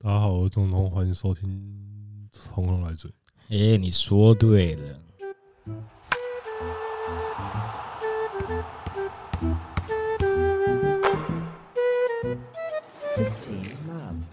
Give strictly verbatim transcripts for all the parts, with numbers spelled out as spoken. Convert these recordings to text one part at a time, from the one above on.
大家好，我是钟东，欢迎收听《从头来嘴》。 哎、欸，你说对了。 Fifteen love.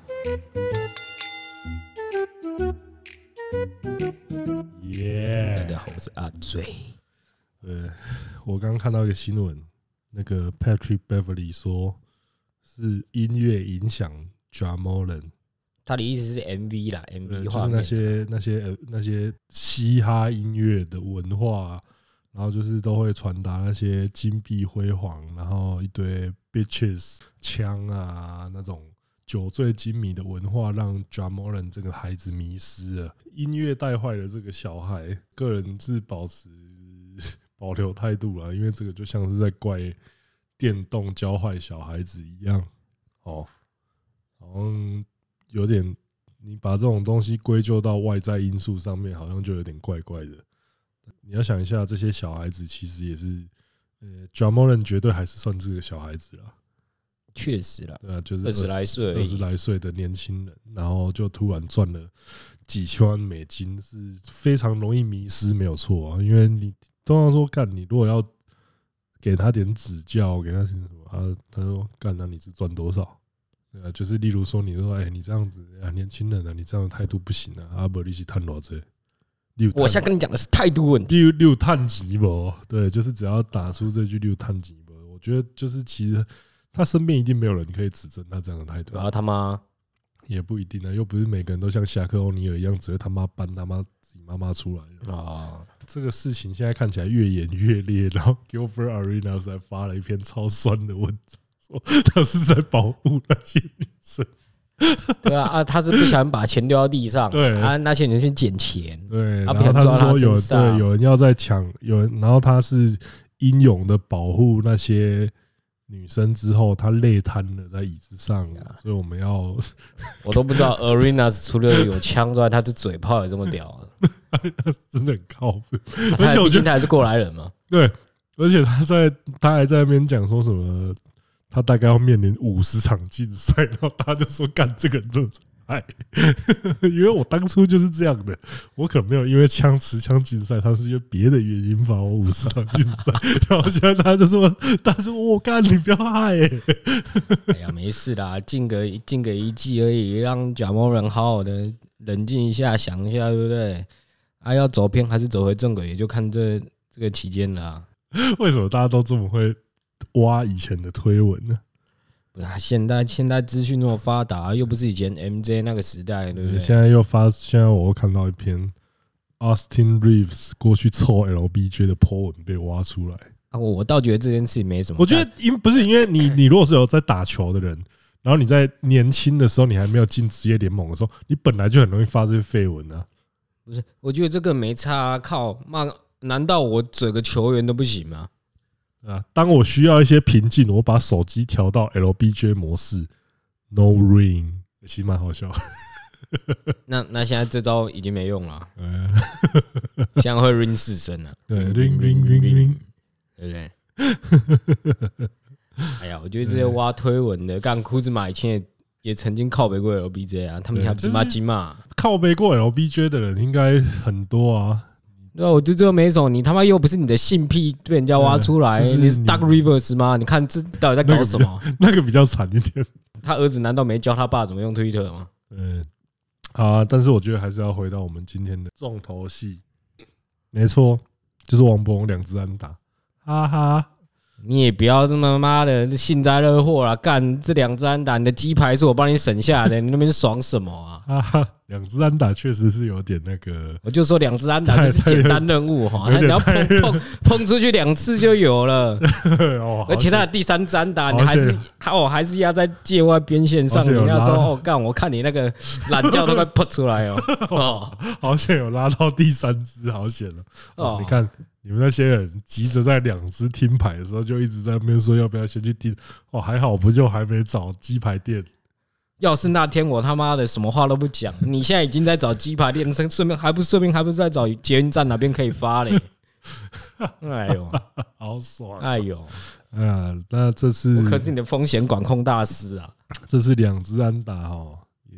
Yeah， 大家好，我是阿嘴。 对，我刚刚看到一个新闻，那个 Patrick Beverly 说是音乐影响 Ja Morant。 他的意思是 M V 啦 ，M V 就是那些那些那些嘻哈音乐的文化、啊，然后就是都会传达那些金碧辉煌，然后一堆 bitches 枪啊那种酒醉金迷的文化，让 Ja Morant 这个孩子迷失了。音乐带坏了这个小孩，个人是保持保留态度啦，因为这个就像是在怪电动教坏小孩子一样，哦，好像。有点，你把这种东西归咎到外在因素上面，好像就有点怪怪的。你要想一下，这些小孩子其实也是，呃 Ja Morant 绝对还是算是个小孩子啦。 确实啦， 对啊，就是二十来岁， 二十来岁的年轻人，然后就突然赚了几千万美金，是非常容易迷失，没有错啊。因为你通常说，干你如果要给他点指教，给他什么，他他说干，那你是赚多少？对啊，就是例如说，你说，哎、欸，你这样子啊，年轻人啊，你这样的态度不行啊，啊，不，你是探多少？ 我现在跟你讲的是态度问题。 六六探级不？对，就是只要打出这句六探级不，我觉得就是其实他身边一定没有人可以指正他这样的态度。 然后他妈也不一定啊，又不是每个人都像侠客欧尼尔一样，只会他妈搬他妈自己妈妈出来啊。这个事情现在看起来越演越烈，然后 Gilbert Arenas 还发了一篇超酸的文章。他是在保护那些女生， 对啊啊，他是不想把钱丢到地上， 对啊，那些人去捡钱， 对， 啊， 然后他是说有对有人要在抢，有人，然后他是英勇的保护那些女生之后，他累瘫了在椅子上，所以我们要， 我都不知道 Arenas 除了有枪之外，他的嘴炮也这么屌， 真的很靠谱， 而且毕竟他还是过来人嘛， 对，而且他在他还在那边讲说什么。他大概要面临五十场竞赛，然后他就说：“干这个人真的爱，因为我当初就是这样的，我可没有因为枪持枪竞赛，他是因为别的原因罚我五十场竞赛。然后现在他就说：‘他说我干，你不要害、欸。’ 哎呀，没事啦，进个进个一季而已，让Ja Morant好好的冷静一下，想一下，对不对？啊，要走偏还是走回正轨，也就看这这个期间了、啊。 为什么大家都这么会？”挖以前的推文呢？ 不是，现在现在资讯那么发达，又不是以前 M J 那个时代，对不对？ 现在又发，现在我又看到一篇 Austin Reeves 过去凑 L B J 的 po 文被挖出来啊！我我倒觉得这件事情没什么。 我觉得因不是因为你，你如果是有在打球的人，然后你在年轻的时候，你还没有进职业联盟的时候，你本来就很容易发这些绯闻啊。 不是，我觉得这个没差、啊。靠，妈，难道我嘴个球员都不行吗？ 啊！当我需要一些平静，我把手机调到 L B J 模式 ，No Ring， 其实蛮好笑。 那那现在这招已经没用了，现在会 ring 四声了。 对 ，ring ring ring ring， 对不对？哎呀，我觉得这些挖推文的，干库兹马以前也也曾经靠北过 L B J 啊，他们还不是骂金嘛？ 靠北过 L B J 的人应该很多啊。 对啊，我就最后没手，你他妈又不是你的性癖被人家挖出来，你是 Doug Rivers 吗？你看这到底在搞什么？ 那个比较惨一点。 他儿子难道没教他爸怎么用推特吗？ 嗯，啊，但是我觉得还是要回到我们今天的重头戏，没错，就是王柏融两支安打，哈哈。 你也不要这么妈的幸灾乐祸啦！干这两支安打，你的鸡排是我帮你省下的，你那边爽什么啊？ 哈哈，两支安打确实是有点那个， 我就说两支安打就是简单任务哈，你要碰碰碰出去两次就有了，而且他的第三支安打你还是哦还是压在界外边线上，你要说哦干，我看你那个懒觉都快扑出来哦， 好险有拉到第三支，好险了哦！你看。你们那些人急着在两支听牌的时候，就一直在那边说要不要先去听哦，还好不就还没找鸡排店。 要是那天我他妈的什么话都不讲，你现在已经在找鸡排店，顺便还不顺便还不是在找捷运站哪边可以发嘞？哎呦， 好爽！ 哎呦， 啊，那这次我可是你的风险管控大师啊！ 这是两支安打哈，也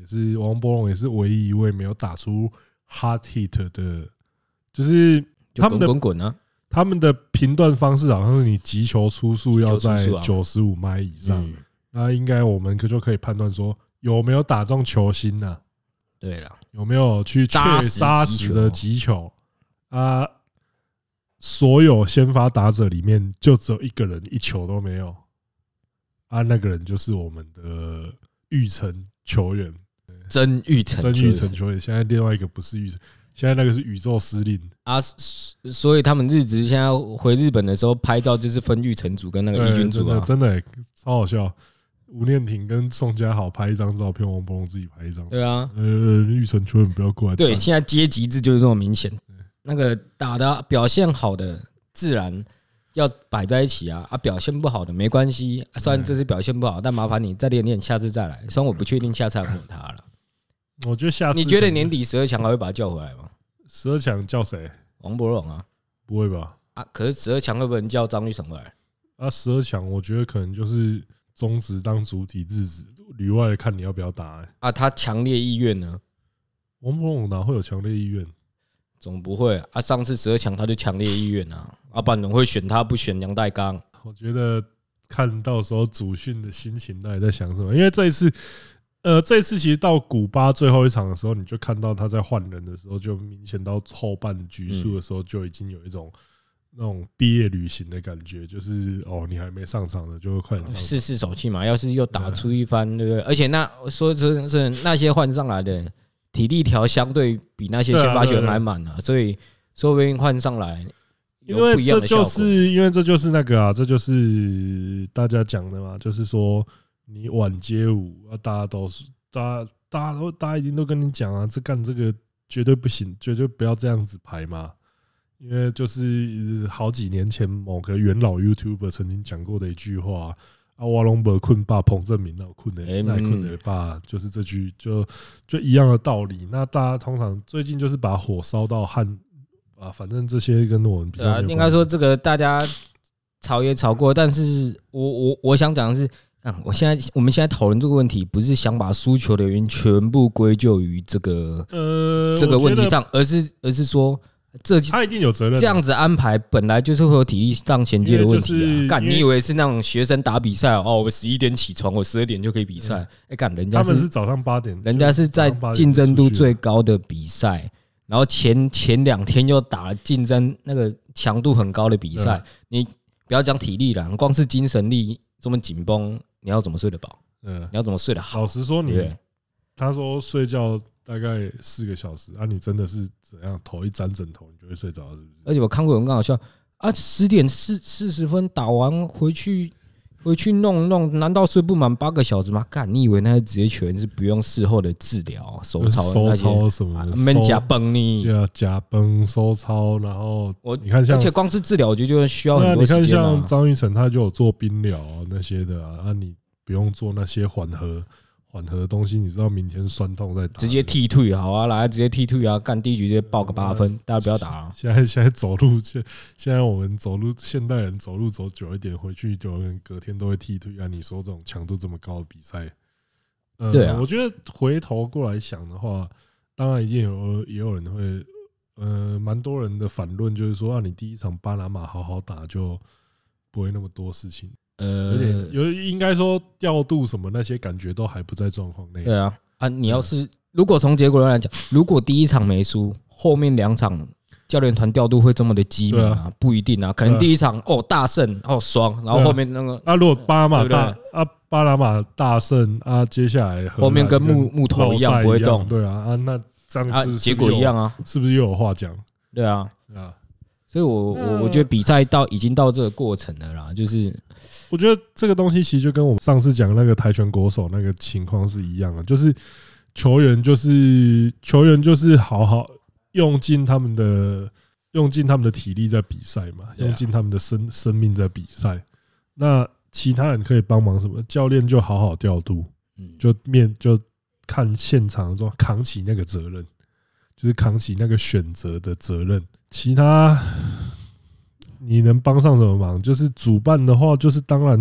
也是王柏融也是唯一一位没有打出 hard hit 的，就是他们的滚滚啊， 他们的评断方式好像是你击球出速要在九十五迈以上，嗯、那应该我们可就可以判断说有没有打中球心呐、啊？ 对了， 有没有去确扎实的击球啊？所有先发打者里面就只有一个人一球都没有啊，那个人就是我们的玉成球员， 真玉成， 真玉成球员。现在另外一个不是玉成。现在那个是宇宙司令啊，所以他们日职现在回日本的时候拍照就是分玉成组跟那个一军组啊， 真的、欸、超好笑。吴念庭跟宋佳好拍一张照片，王柏融自己拍一张。 对啊， 呃，玉成球员不要过来。 对，现在阶级制就是这么明显。那个打的表现好的，自然要摆在一起啊啊，表现不好的没关系，虽然这次表现不好，但麻烦你再练练，下次再来。虽然我不确定下次还会有他了。 我觉得下次你觉得年底十二强还会把他叫回来吗？ 十二强叫谁？ 王柏融啊？ 不会吧？ 啊，可是十二强会不会叫张玉成回来？ 啊，十二强我觉得可能就是中职当主体制止，旅外看你要不要打、欸。 啊，他强烈意愿呢？ 王柏融哪会有强烈意愿？ 总不会啊！上次十二强他就强烈意愿啊，啊，不然怎么会选他不选杨代刚？ 我觉得看到时候主训的心情到底在想什么？因为这一次。呃，这一次其实到古巴最后一场的时候，你就看到他在换人的时候，就明显到后半局数的时候，就已经有一种那种毕业旅行的感觉，就是哦，你还没上场的，就会快点上场试试手气嘛。要是又打出一番，对不对？而且那说真是那些换上来的体力条相对比那些先发球员还满啊，所以说不定换上来有不一样的效果。 因为这就是因为这就是那个啊，这就是大家讲的嘛，就是说。你晚街舞啊，大家都是，大家大家都大家一定都跟你讲啊，这干这个绝对不行，绝对不要这样子排嘛。因为就是好几年前某个元老 YouTuber 曾经讲过的一句话啊，瓦隆伯困霸彭正明那困的那困的霸，就是这句就就一样的道理。那大家通常最近就是把火烧到汗啊，反正这些跟我们比较没有关系。 应该说这个大家吵也吵过，但是我我我想讲的是。啊！我现在我们现在讨论这个问题，不是想把输球的原因全部归咎于这个呃这个问题上，而是而是说这他一定有责任。 这样子安排本来就是会有体力上衔接的问题啊！干，你以为是那种学生打比赛哦？我十一点起床，我十二点就可以比赛？哎，干，人家他们是早上八点， 人家是在竞争度最高的比赛，然后前前两天又打竞争那个强度很高的比赛，你不要讲体力了，光是精神力这么紧绷。你要怎么睡得饱？嗯，你要怎么睡得好？ 老实说你，你他说睡觉大概四个小时啊，你真的是怎样头一沾枕头，你就会睡着，是不是？ 而且我看过有人刚好笑啊，十点四四十分打完回去回去弄弄，难道睡不满八个小时吗？干，你以为那些职业球员是不用事后的治疗、手操、 收操什么的？ 没假崩你， 对啊，假崩收操，然后我你看像， 而且光是治疗，我觉得就需要很多时间、啊。你看像张育成，他就有做冰疗那些的啊，啊你不用做那些缓和缓和的东西，你知道明天酸痛再打， 直接踢退好啊，来直接踢退啊，干第一局直接报个八分，大家不要打啊。 现在现在走路，现现在我们走路，现代人走路走久一点，回去就隔天都会踢退啊。你说这种强度这么高的比赛，呃， 对啊， 我觉得回头过来想的话，当然一定有也有人会，呃，蛮多人的反论就是说啊，你第一场巴拿马好好打就不会那么多事情。呃，有点有应该说调度什么那些感觉都还不在状况内。 对啊，啊，你要是如果从结果来讲，如果第一场没输，后面两场教练团调度会这么的机敏啊？不一定啊，可能第一场哦大胜哦爽，然后后面那个啊，如果巴拿马大啊巴拿马大胜啊，接下来后面跟木木头一样不会动， 对啊啊，那这样是结果一样啊， 是不是又有话讲？ 对啊，啊，所以我我我觉得比赛到已经到这个过程了啦，就是。 我觉得这个东西其实就跟我们上次讲那个跆拳国手那个情况是一样的，就是球员就是球员就是好好用尽他们的用尽他们的体力在比赛嘛，用尽他们的生生命在比赛。那其他人可以帮忙什么？教练就好好调度，就面就看现场中扛起那个责任，就是扛起那个选择的责任。其他。你能帮上什么忙？就是主办的话，就是当然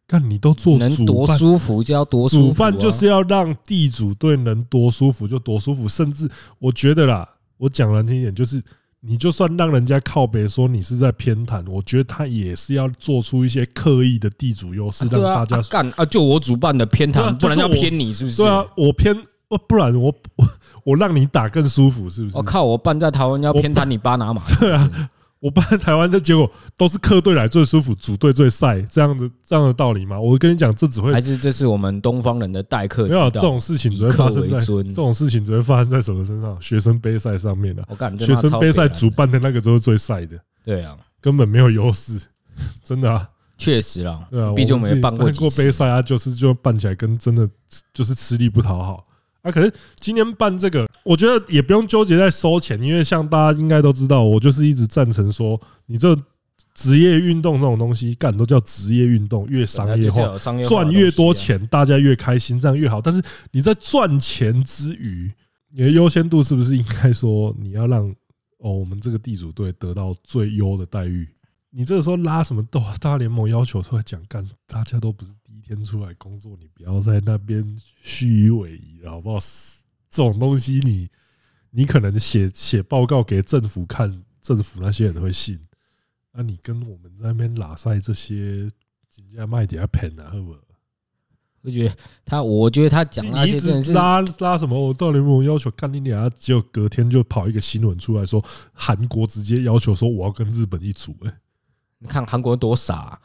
干你都做能多舒服就要多舒服、啊， 主办就是要让地主队能多舒服就多舒服，甚至我觉得啦，我讲难听一点，就是你就算让人家靠北说你是在偏袒，我觉得他也是要做出一些刻意的地主优势，让大家干啊，就我主办的偏袒，不然要偏你是不是？ 对啊，我偏，不然我我我让你打更舒服，是不是？ 我靠，我办在台湾要偏袒你巴拿马， 对啊。我办台湾的结果都是客队来最舒服，主队最晒，这样的这样的道理吗？我跟你讲，这只会还是这是我们东方人的待客之道。 没有这种事情只会发生在这种事情只会发生在什么身上？学生杯赛上面的、啊。学生杯赛主办的那个都是最晒的。 对啊， 根本没有优势，真的啊。 确实啦， 对啊， 毕竟我们也办过过杯赛啊，就是就办起来跟真的就是吃力不讨好。啊，可是今年办这个，我觉得也不用纠结在收钱，因为像大家应该都知道，我就是一直赞成说，你这职业运动这种东西，干都叫职业运动，越商业化，赚越多钱，大家越开心，这样越好。但是你在赚钱之余，你的优先度是不是应该说，你要让哦我们这个地主队得到最优的待遇？你这个时候拉什么大联盟要求出来讲，干大家都不是第一天出来工作，你不要在那边虚与委蛇了，好不好？这种东西你你可能写写报告给政府看，政府那些人会信。那、啊、你跟我们在那边拉赛这些，人家卖点骗啊，会不会？ 我觉得他，我觉得他讲那些真的是拉拉什么？我大联盟要求干你俩，结果隔天就跑一个新闻出来说，韩国直接要求说我要跟日本一组、欸，哎。 你看韩国多傻、啊！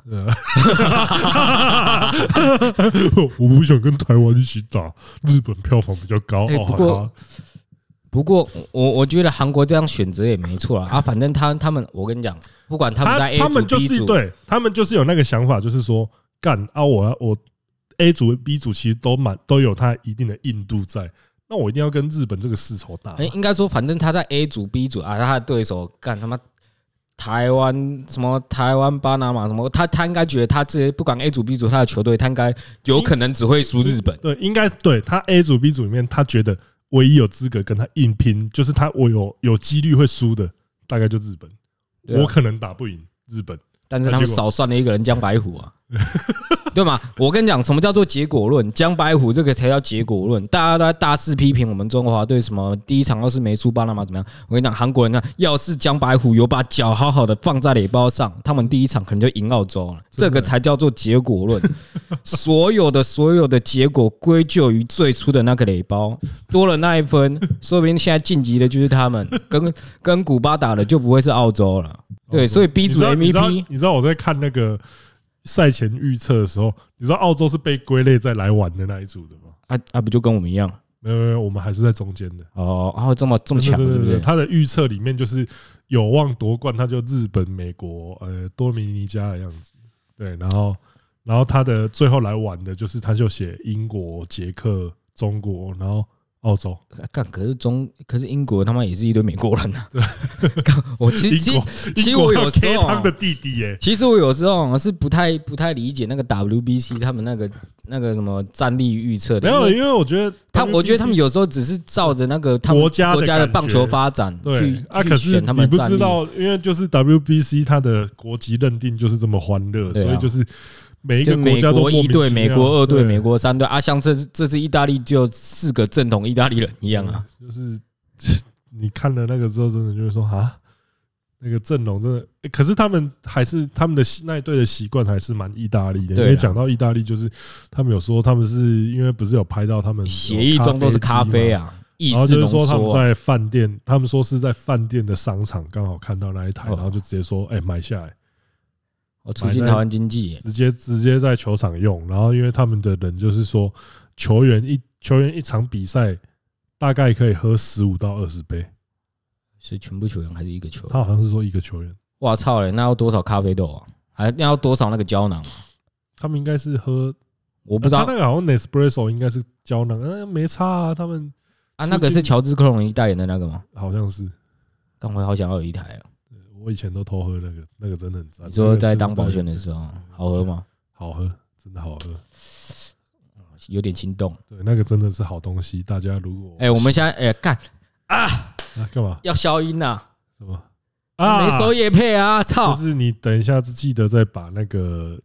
我不想跟台湾一起打，日本票房比较高。 欸、不过，不过我我觉得韩国这样选择也没错啊。反正他他们，我跟你讲，不管他们在 A 组 B 组， 对他们就是有那个想法，就是说干啊，我我 A 组 B 组其实都蛮都有它一定的硬度在。那我一定要跟日本这个世仇打。 应该说，反正他在 A 组 B 组啊，他的对手干他妈。台湾什么台湾巴拿马什么，他他应该觉得他这不管 A 组 B 组他的球队，他应该有可能只会输日本。 对，应该对他 A 组 B 组里面，他觉得唯一有资格跟他硬拼，就是他我有有几率会输的，大概就日本。我可能打不赢日本， 但是他们少算了一个人江白虎啊。对嘛？我跟你讲，什么叫做结果论？江白虎这个才叫结果论。大家都在大肆批评我们中华队什么第一场要是没输巴拿马怎么样？我跟你讲，韩国人呢，要是江白虎有把脚好好的放在垒包上，他们第一场可能就赢澳洲了。这个才叫做结果论。所有的所有的结果归咎于最初的那个垒包，多了那一分，说不定现在晋级的就是他们，跟跟古巴打的就不会是澳洲了。对，所以 B 组 M V P， 你知道我在看那个。赛前预测的时候，你知道澳洲是被归类在来玩的那一组的吗？ 啊啊，不就跟我们一样？ 没有没有，我们还是在中间的。 哦，然后这么这么强，是不是？ 他的预测里面就是有望夺冠，他就日本、美国、呃多米尼加的样子。对，然后然后他的最后来玩的就是他就写英国、捷克、中国，然后。澳洲干，可是中，可是英国他妈也是一堆美国人呐。我其实其实其实我有时候的弟弟耶， 其实我有时候是不太不太理解那个 W B C 他们那个那个什么战力预测的。 没有，因为我觉得他，我觉得他们有时候只是照着那个他们国家国家的棒球发展去去选他们的战力。 你不知道，因为就是 W B C 它的国籍认定就是这么欢乐，所以就是。每一个国家都一队、美国二队、美国三队啊，像这这次意大利就四个正统意大利人一样啊， 就是你看了那个之后，真的就是说啊，那个阵容真的，可是他们还是他们的那一队的习惯还是蛮意大利的，因为讲到意大利，就是他们有说他们是因为不是有拍到他们协议中都是咖啡啊， 然后就是说他们在饭店，他们说是在饭店的商场刚好看到那一台，然后就直接说哎买下来。 我促进台湾经济， 直接直接在球场用，然后因为他们的人就是说，球员一球员一场比赛大概可以喝十五到二十杯， 是全部球员还是一个球员？ 他好像是说一个球员。 哇操嘞，那要多少咖啡豆啊？还要多少那个胶囊？ 他们应该是喝， 我不知道。 他那个好像 Nespresso 应该是胶囊，嗯，没差啊。他们啊，那个是乔治克隆尼代言的那个吗？ 好像是。 刚回好想要有一台啊。 我以前都偷喝那个，那个真的很赞。 你说在当保全的时候，好喝吗？ 好喝，真的好喝， 有点心动。 对，那个真的是好东西。大家如果哎，我们现在哎干啊， 干嘛？ 要消音呐？ 什么啊？ 没收业配啊！操！ 就是你等一下记得再把那个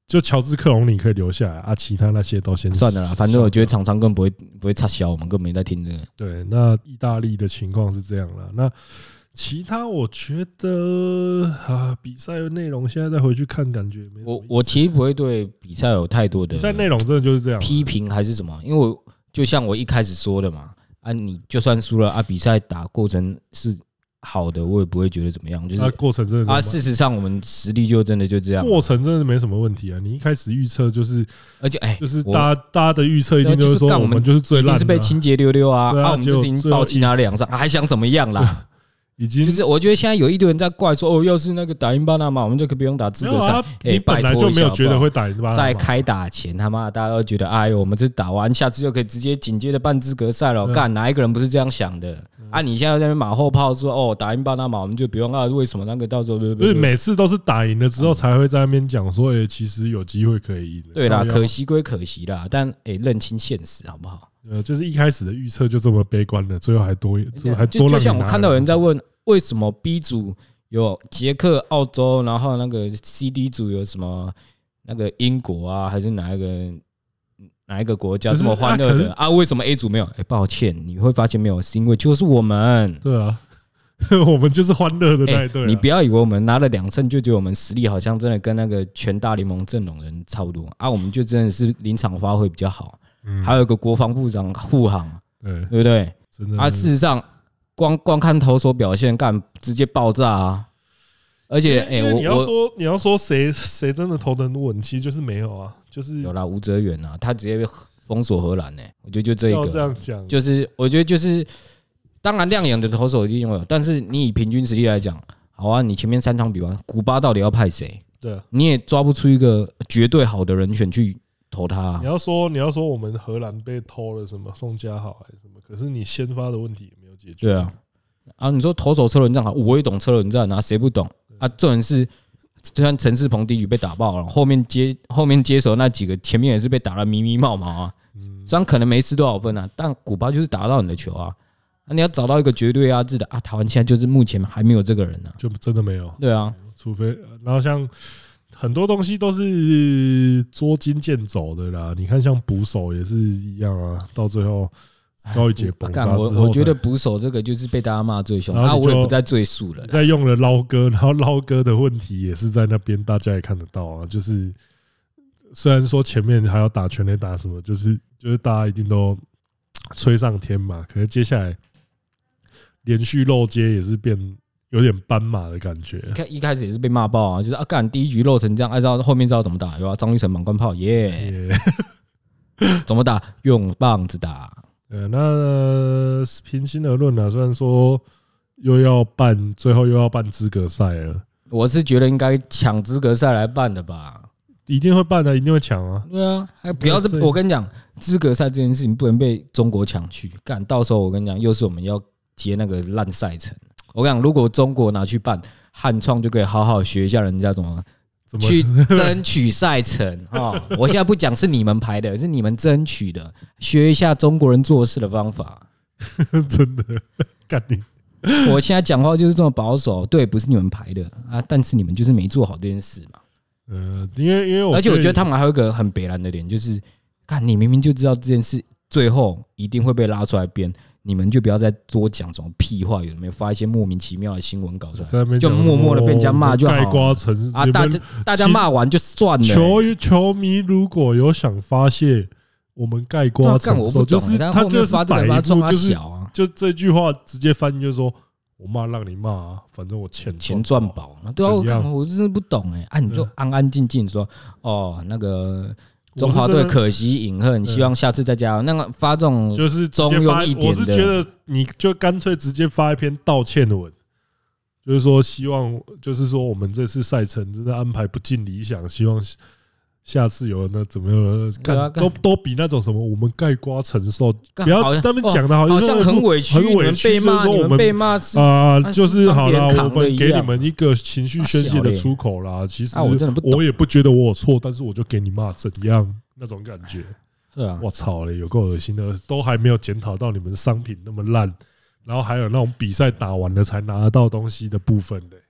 就乔治克隆尼可以留下来啊，其他那些都先算了啦。反正我觉得厂商更不会不会插销，我们更没在听这个。 对，那意大利的情况是这样啦。那其他我觉得啊，比赛的内容现在再回去看，感觉没我我其实不会对比赛有太多的比赛内容，真的就是这样批评还是什么，因为我就像我一开始说的嘛，啊，你就算输了啊，比赛打过程是好的，我也不会觉得怎么样。就是过程真的啊，事实上我们实力就真的就这样。 过程真的没什么问题啊！你一开始预测就是， 而且哎， 就是大家大家的预测一定就是说我们就是最烂的， 是被清洁溜溜啊，啊，我们就已经爆其他两上，还想怎么样啦？ 已经就是我觉得现在有一堆人在怪说，哦，要是那个打赢巴拿马，我们就可以不用打资格赛。 你本来就没有觉得会打赢巴拿马。 在开打前，他妈大家都觉得，哎呦，我们这打完，下次就可以直接紧接着办资格赛了。干，哪一个人不是这样想的？啊，你现在在那边马后炮说，哦，打赢巴拿马，我们就不用啊？为什么那个到时候不是每次都是打赢了之后才会在那边讲说，哎，其实有机会可以赢。 对啦，可惜归可惜啦，但哎，认清现实好不好？ 呃，就是一开始的预测就这么悲观了，最后还多还多。 就像我看到有人在问。为什么 B 组有捷克、澳洲，然后那个 C D 组有什么那个英国啊，还是哪一个哪一个国家这么欢乐的啊？为什么 A 组没有？哎，抱歉，你会发现没有，是因为就是我们。 对啊，我们就是欢乐的那一队。 你不要以为我们拿了两胜就觉得我们实力好像真的跟那个全大联盟阵容人差不多啊，我们就真的是临场发挥比较好。还有一个国防部长护航，对对不对？啊，事实上。光光看投手表现，干直接爆炸啊！而且，哎，我你要说你要说谁谁真的投得稳，其实就是没有啊，就是有啦，吴哲源啊，他直接封锁荷兰呢。我觉得就这一个， 这样讲， 就是我觉得就是，当然亮眼的投手一定有，但是你以平均实力来讲，好啊，你前面三场比完，古巴到底要派谁？ 对， 你也抓不出一个绝对好的人选去投他啊。 你要说你要说我们荷兰被偷了什么宋家豪还是什么，可是你先发的问题。 对啊，啊，你说投手车轮战好，我也懂车轮战啊，谁不懂啊？这人是就像陈世鹏第一局被打爆了，后面接后面接手那几个前面也是被打得迷迷冒冒啊，虽然可能没失多少分啊，但古巴就是打到你的球啊，啊你要找到一个绝对压制的啊，台湾现在就是目前还没有这个人啊， 就真的没有。 对啊， 除非然后像很多东西都是捉襟见肘的啦，你看像捕手也是一样啊，到最后。高一节崩炸之后， 我我觉得捕手这个就是被大家骂最凶，啊，我也不再赘述了。 再用了捞哥，然后捞哥的问题也是在那边，大家也看得到啊。就是虽然说前面还要打全垒打什么，就是就是大家一定都吹上天嘛，可是接下来连续漏接也是变有点斑马的感觉。 一开始也是被骂爆啊，就是啊，干第一局漏成这样，按照后面知道怎么打，有啊，张玉成满贯炮，耶，怎么打？用棒子打。 呃，那平心而论啊，虽然说又要办，最后又要办资格赛了， 我是觉得应该抢资格赛来办的吧， 一定会办的，一定会抢啊。 对啊，还不要是，我跟你讲，资格赛这件事情不能被中国抢去干，到时候我跟你讲，又是我们要接那个烂赛程。我跟你讲，如果中国拿去办，汉创就可以好好学一下人家怎么。去争取赛程啊！我现在不讲是你们排的，是你们争取的，学一下中国人做事的方法。 真的，干你！ 我现在讲话就是这么保守，对，不是你们排的啊，但是你们就是没做好这件事嘛。 呃，因为因为我而且我觉得他们还有一个很北蓝的点，就是看你明明就知道这件事最后一定会被拉出来编。你们就不要再多讲什么屁话，有没有发一些莫名其妙的新闻搞出来，就默默的被人家骂就好了啊！大家大家骂完就算了。 球球迷如果有想发泄，我们盖瓜承受，就是他就是摆一副就是就这句话直接翻译就是说，我骂让你骂啊，反正我钱钱赚饱。对啊，我真的不懂哎，啊你就安安静静说哦那个。中华队可惜饮恨，希望下次再加油。那个发这种就是中庸一点的， 我是觉得你就干脆直接发一篇道歉文，就是说希望，就是说我们这次赛程真的安排不尽理想，希望下次有那怎么样干都都比那种什么我们盖瓜承受，不要他们讲的好像很委屈， 很委屈，就是说我们被骂啊，就是好啦，我们给你们一个情绪宣泄的出口啦。其实我也不觉得我有错，但是我就给你骂怎样那种感觉。我操嘞，有够恶心的，都还没有检讨到你们商品那么烂，然后还有那种比赛打完了才拿得到东西的部分嘞。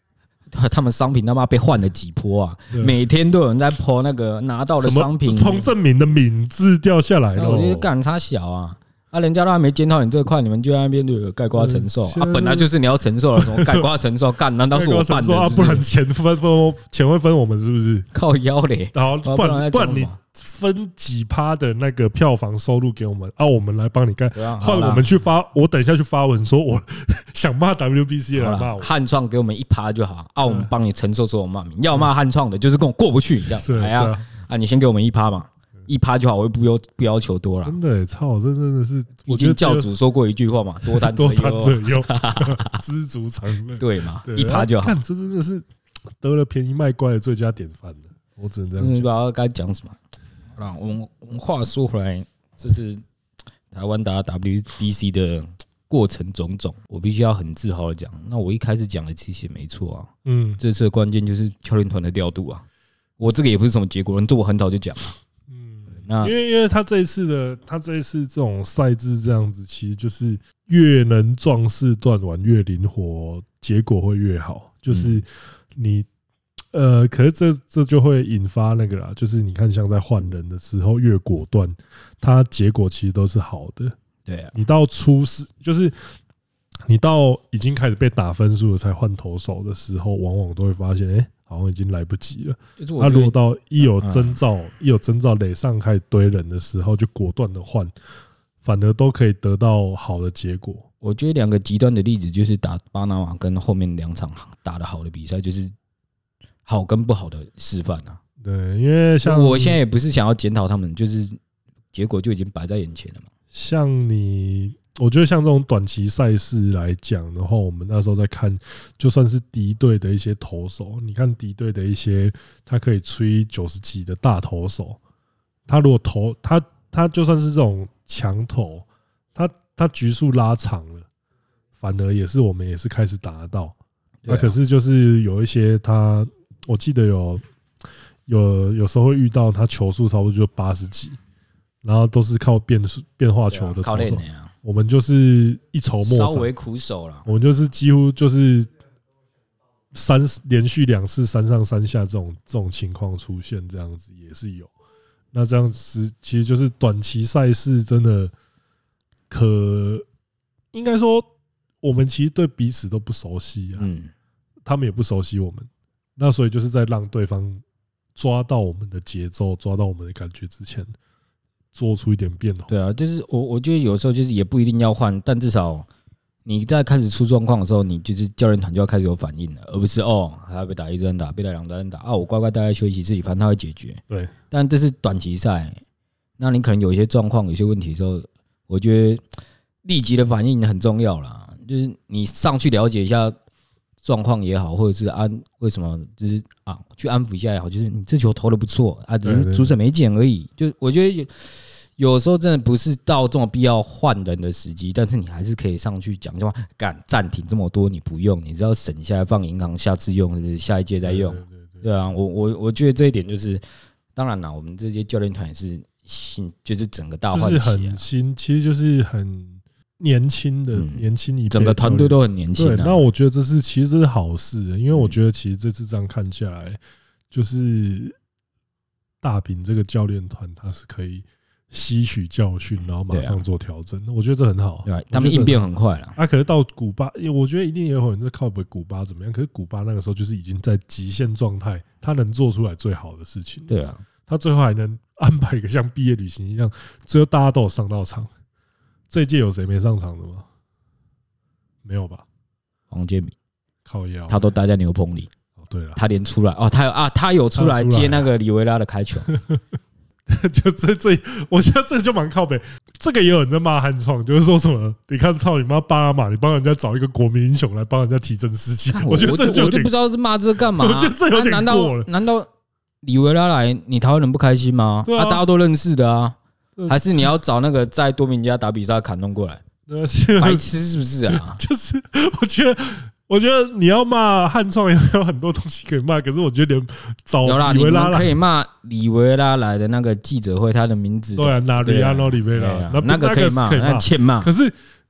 他们商品他妈被换了几波啊！每天都有人在 po 那个拿到的商品， 彭正明的名字掉下来了， 我觉得干差小啊！啊，人家都还没检讨你这块，你们就在那边就有盖瓜承受啊！本来就是你要承受了，什么盖瓜承受？干，难道是我办的？ 啊，不然钱分分钱会分我们是不是？ 靠腰嘞！ 然后不然不然你分几趴的那个票房收入给我们，啊，我们来帮你干，换我们去发。我等一下去发文说，我想骂 W B C 来骂我， 汉创给我们一趴就好，啊，我们帮你承受所有骂名。要骂汉创的，就是跟我过不去这样。来啊啊，你先给我们一趴嘛。一趴就好，我又不要不要求多了。 真的，操，这真的是， 已经教主说过一句话嘛，多贪多贪者忧，知足常乐。 对嘛，一趴就好。 看，这真的是得了便宜卖乖的最佳典范了。我只能这样讲。 不知道该讲什么。好啦，我们我们话说回来，这是台湾打 W B C 的过程种种，我必须要很自豪的讲。那我一开始讲的其实也没错啊。嗯，这次的关键就是教练团的调度啊。我这个也不是什么结果论，这我很早就讲了。 因为因为他这一次的他这一次这种赛制这样子，其实就是越能壮士断腕越灵活，结果会越好。就是你呃，可是这这就会引发那个啦，就是你看像在换人的时候越果断，他结果其实都是好的。 对啊， 你到出事就是你到已经开始被打分数了才换投手的时候，往往都会发现，哎、欸，好像已经来不及了。那如果到一有征兆，一有征兆垒上开始堆人的时候，就果断的换，反而都可以得到好的结果。 我觉得两个极端的例子就是打巴拿马跟后面两场打得好的比赛，就是好跟不好的示范啊。 对，因为像我现在也不是想要检讨他们，就是结果就已经摆在眼前了嘛。 像你。我觉得像这种短期赛事来讲的话，我们那时候在看，就算是敌对的一些投手，你看敌对的一些，他可以吹九十几的大投手，他如果投他他就算是这种强投，他他局数拉长了，反而也是我们也是开始打得到。那可是就是有一些他，我记得有有有时候会遇到他球速差不多就八十几，然后都是靠变变化球的投手。我们就是一筹莫展， 稍微苦手了。 我们就是几乎就是三连续两次三上三下这种这种情况出现，这样子也是有。那这样子其实就是短期赛事真的可应该说，我们其实对彼此都不熟悉啊，嗯，他们也不熟悉我们，那所以就是在让对方抓到我们的节奏，抓到我们的感觉之前。做出一点变化。 对啊，就是我我觉得有时候就是也不一定要换，但至少你在开始出状况的时候，你就是教练团就要开始有反应了，而不是哦，还要被打一针打，被打两针打啊，我乖乖待在休息室里，反正他会解决。 对， 但这是短期赛，那你可能有一些状况、有些问题的时候，我觉得立即的反应很重要啦。就是你上去了解一下状况也好，或者是安为什么就是啊去安抚一下也好，就是你这球投的不错啊，只是主审没捡而已。就我觉得有。有时候真的不是到这种必要换人的时机，但是你还是可以上去讲，就敢暂停这么多，你不用，你只要省下来放银行，下次用，是不是下一届再用？对啊，我我我觉得这一点就是，当然啦，我们这些教练团也是新，就是整个大换血、啊， 就是很新，其实就是很年轻的、嗯、年轻一辈， 整个团队都很年轻、啊。 对，那我觉得这是其实这是好事，因为我觉得其实这次这样看下来，就是大饼这个教练团他是可以。吸取教训，然后马上做调整，我觉得这很好。 对，他们应变很快了。 啊，可是到古巴，我觉得一定也有人在靠北古巴怎么样？可是古巴那个时候就是已经在极限状态，他能做出来最好的事情。 对啊， 他最后还能安排一个像毕业旅行一样，最后大家都有上到场。这一届有谁没上场的吗？没有吧？ 黄建民靠腰， 他都待在牛棚里。 哦，对了， 他连出来哦，他有啊，他有出来接那个里维拉的开球。 就这这，我觉得这就蛮靠北。这个也有人在骂汉创，就是说什么，你看操你妈巴拿马，你帮人家找一个国民英雄来帮人家提振士气。我觉得这就我就不知道是骂这干嘛。 我觉得这有点过了。 难道里维拉来，你台湾人不开心吗？啊，大家都认识的啊，还是你要找那个在多米尼加打比赛砍弄过来？白痴是不是啊？ 就是我觉得。我觉得你要骂汉创也有很多东西可以骂，可是我觉得连找里维拉来，你们可以骂里维拉来的那个记者会，他的名字对啊，纳里亚诺里维拉， 那个可以骂，那欠骂。 可是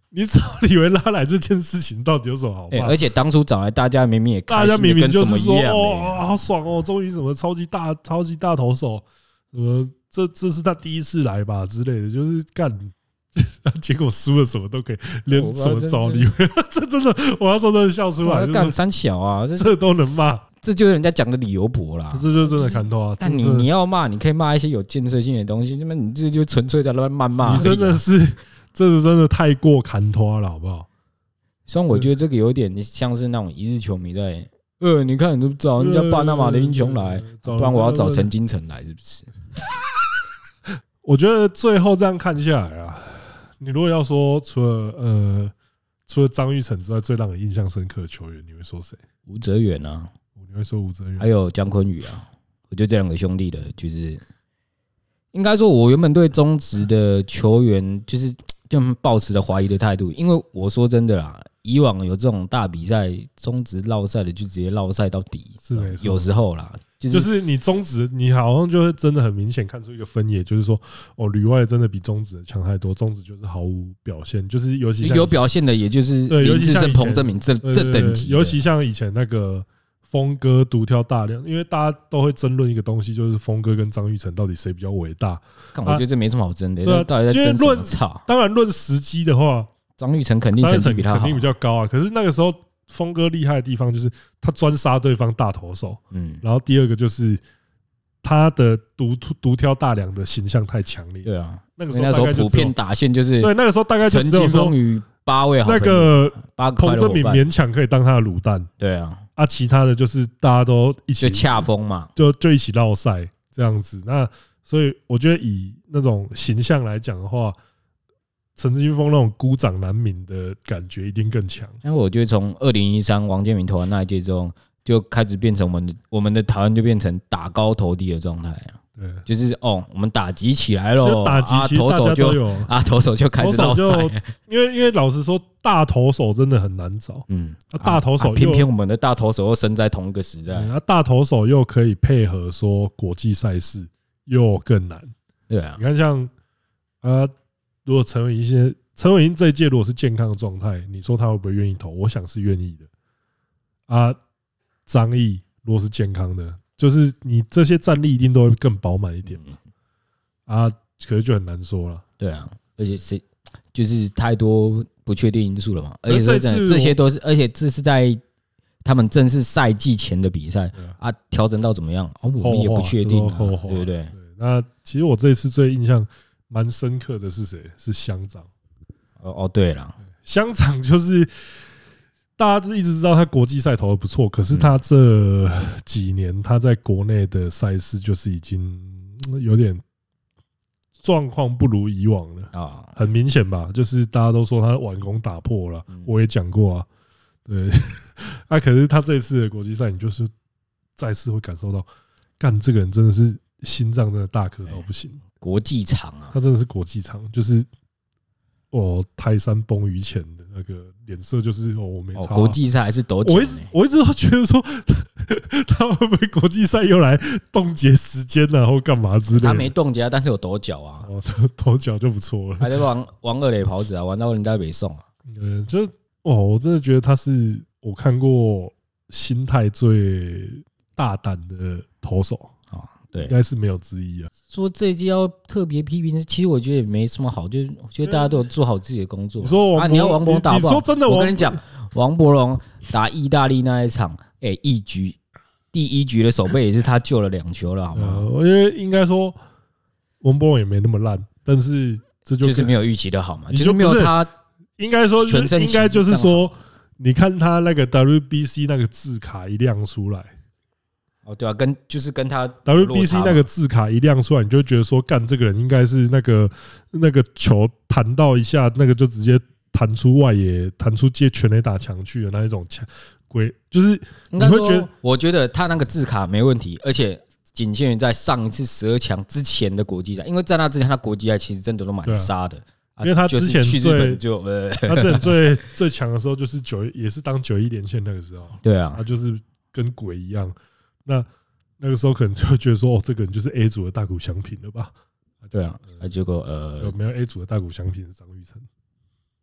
你找李维拉来这件事情到底有什么好怕？ 而且当初找来，大家明明也大家明明就是说哦， 好爽哦，终于什么超级大超级大投手，什么这这是他第一次来吧之类的，就是干。结果输了什么都可以，连什么找李维拉，这真的我要说真的笑出来， 干三小啊， 这都能骂， 这就是人家讲的理由薄啦， 这就真的看透啊。 但你你要骂，你可以骂一些有建设性的东西，那么你这就纯粹在乱谩骂。 你真的是，这是真的太过砍拖了，好不好？ 虽然我觉得这个有点像是那种一日球迷在，呃，你看你都找人家巴拿马的英雄来，不然我要找陈金城来，是不是？ 我觉得最后这样看下来啊。你如果要说除了呃除了张育成之外，最让人印象深刻的球员，你会说谁？ 吴哲源啊， 你会说吴哲源， 还有姜昆宇啊。我觉得这两个兄弟的，就是应该说，我原本对中职的球员就是就抱持着怀疑的态度，因为我说真的啦，以往有这种大比赛中职落赛的，就直接落赛到底， 是没错， 有时候啦。就是、 就是你中职，你好像就会真的很明显看出一个分野，就是说，哦，旅外真的比中职强太多，中职就是毫无表现，就是尤其像有表现的，也就是对，尤其像彭正明这这等级， 尤其像以前那个峰哥独挑大梁，因为大家都会争论一个东西，就是峰哥跟张育成到底谁比较伟大。 我觉得这没什么好争的， 对啊， 到底在争什么？操！ 当然论时机的话， 张育成肯定成绩比他好， 肯定比较高啊。可是那个时候峰哥厉害的地方就是他专杀对方大投手，嗯，然后第二个就是他的独独挑大梁的形象太强烈。 对啊， 那个时候普遍打线就是对，那个时候大概就只有说八位好那个彭正明勉强可以当他的卤蛋。 对啊， 啊，其他的就是大家都一起就恰风嘛， 就就一起绕赛这样子。那所以我觉得以那种形象来讲的话，陈金锋那种孤掌难鸣的感觉一定更强。 因为我觉得从二零一三王建民投完那一届之后，就开始变成我们的我们的台湾就变成打高投低的状态啊。对，就是哦，我们打击起来了， 打击其实大家都有啊，投手就开始绕赛。 因为因为老实说，大投手真的很难找。嗯，大投手偏偏我们的大投手又生在同一个时代， 啊，大投手又可以配合说国际赛事，又更难。 对啊， 你看像啊，如果陈伟霆现在陈伟霆这一届如果是健康的状态，你说他会不会愿意投？我想是愿意的。啊，张毅如果是健康的。就是你这些战力一定都会更饱满一点嘛，啊，可是就很难说了。 对啊，而且是就是太多不确定因素了嘛，而且这这些都是，而且这是在他们正式赛季前的比赛啊，调整到怎么样，哦，我们也不确定，对不对？ 那其实我这一次最印象蛮深刻的是谁？是乡长。 哦哦，对了， 乡长就是。大家都一直知道他国际赛投的不错，可是他这几年他在国内的赛事就是已经有点状况不如以往了啊，很明显吧？就是大家都说他碗弓打破了，我也讲过啊，对，啊，可是他这一次的国际赛，你就是再次会感受到，干这个人真的是心脏真的大颗到不行， 国际场啊， 他真的是国际场，就是。哦，泰山崩于前的那个脸色就是哦，我没差、啊。 国际赛还是斗奖、欸？ 我一直我一直都觉得说，他会不会国际赛又来冻结时间啊，或干嘛之类的？ 他没冻结，但是有抖脚啊。 哦，抖脚就不错了。 还在玩玩二垒跑者啊，玩到人家北送啊。 嗯，就哦，我真的觉得他是我看过心态最大胆的投手。 对， 应该是没有之一啊。 说这一季要特别批评，其实我觉得也没什么好，就是我觉得大家都有做好自己的工作。 你说啊，你要王柏荣打不好， 你说真的， 我跟你讲，王柏荣打意大利那一场，哎，一局第一局的守备也是他救了两球了，好吗？ 我觉得应该说王柏荣也没那么烂，但是这就是没有预期的好嘛，就是没有他。 应该说，应该就是说，你看他那个 W B C 那个字卡一亮出来。 哦，对啊，跟就是跟他 W B C 那个字卡一亮出来，你就觉得说，干这个人应该是那个那个球弹到一下，那个就直接弹出外野，弹出接全垒打墙去的那一种强鬼，就是你会觉得， 我觉得他那个字卡没问题，而且仅限于在上一次十二强之前的国际赛，因为在那之前他国际赛其实真的都蛮杀的， 因为他之前去日本就呃， 他之前最最强的时候就是九也是当九一连线那个时候， 对啊， 他就是跟鬼一样。那那个时候可能就会觉得说，哦，这个人就是 A 组的大谷翔平了吧？ 对啊，结果呃， 没有 A 组的大谷翔平是张育成。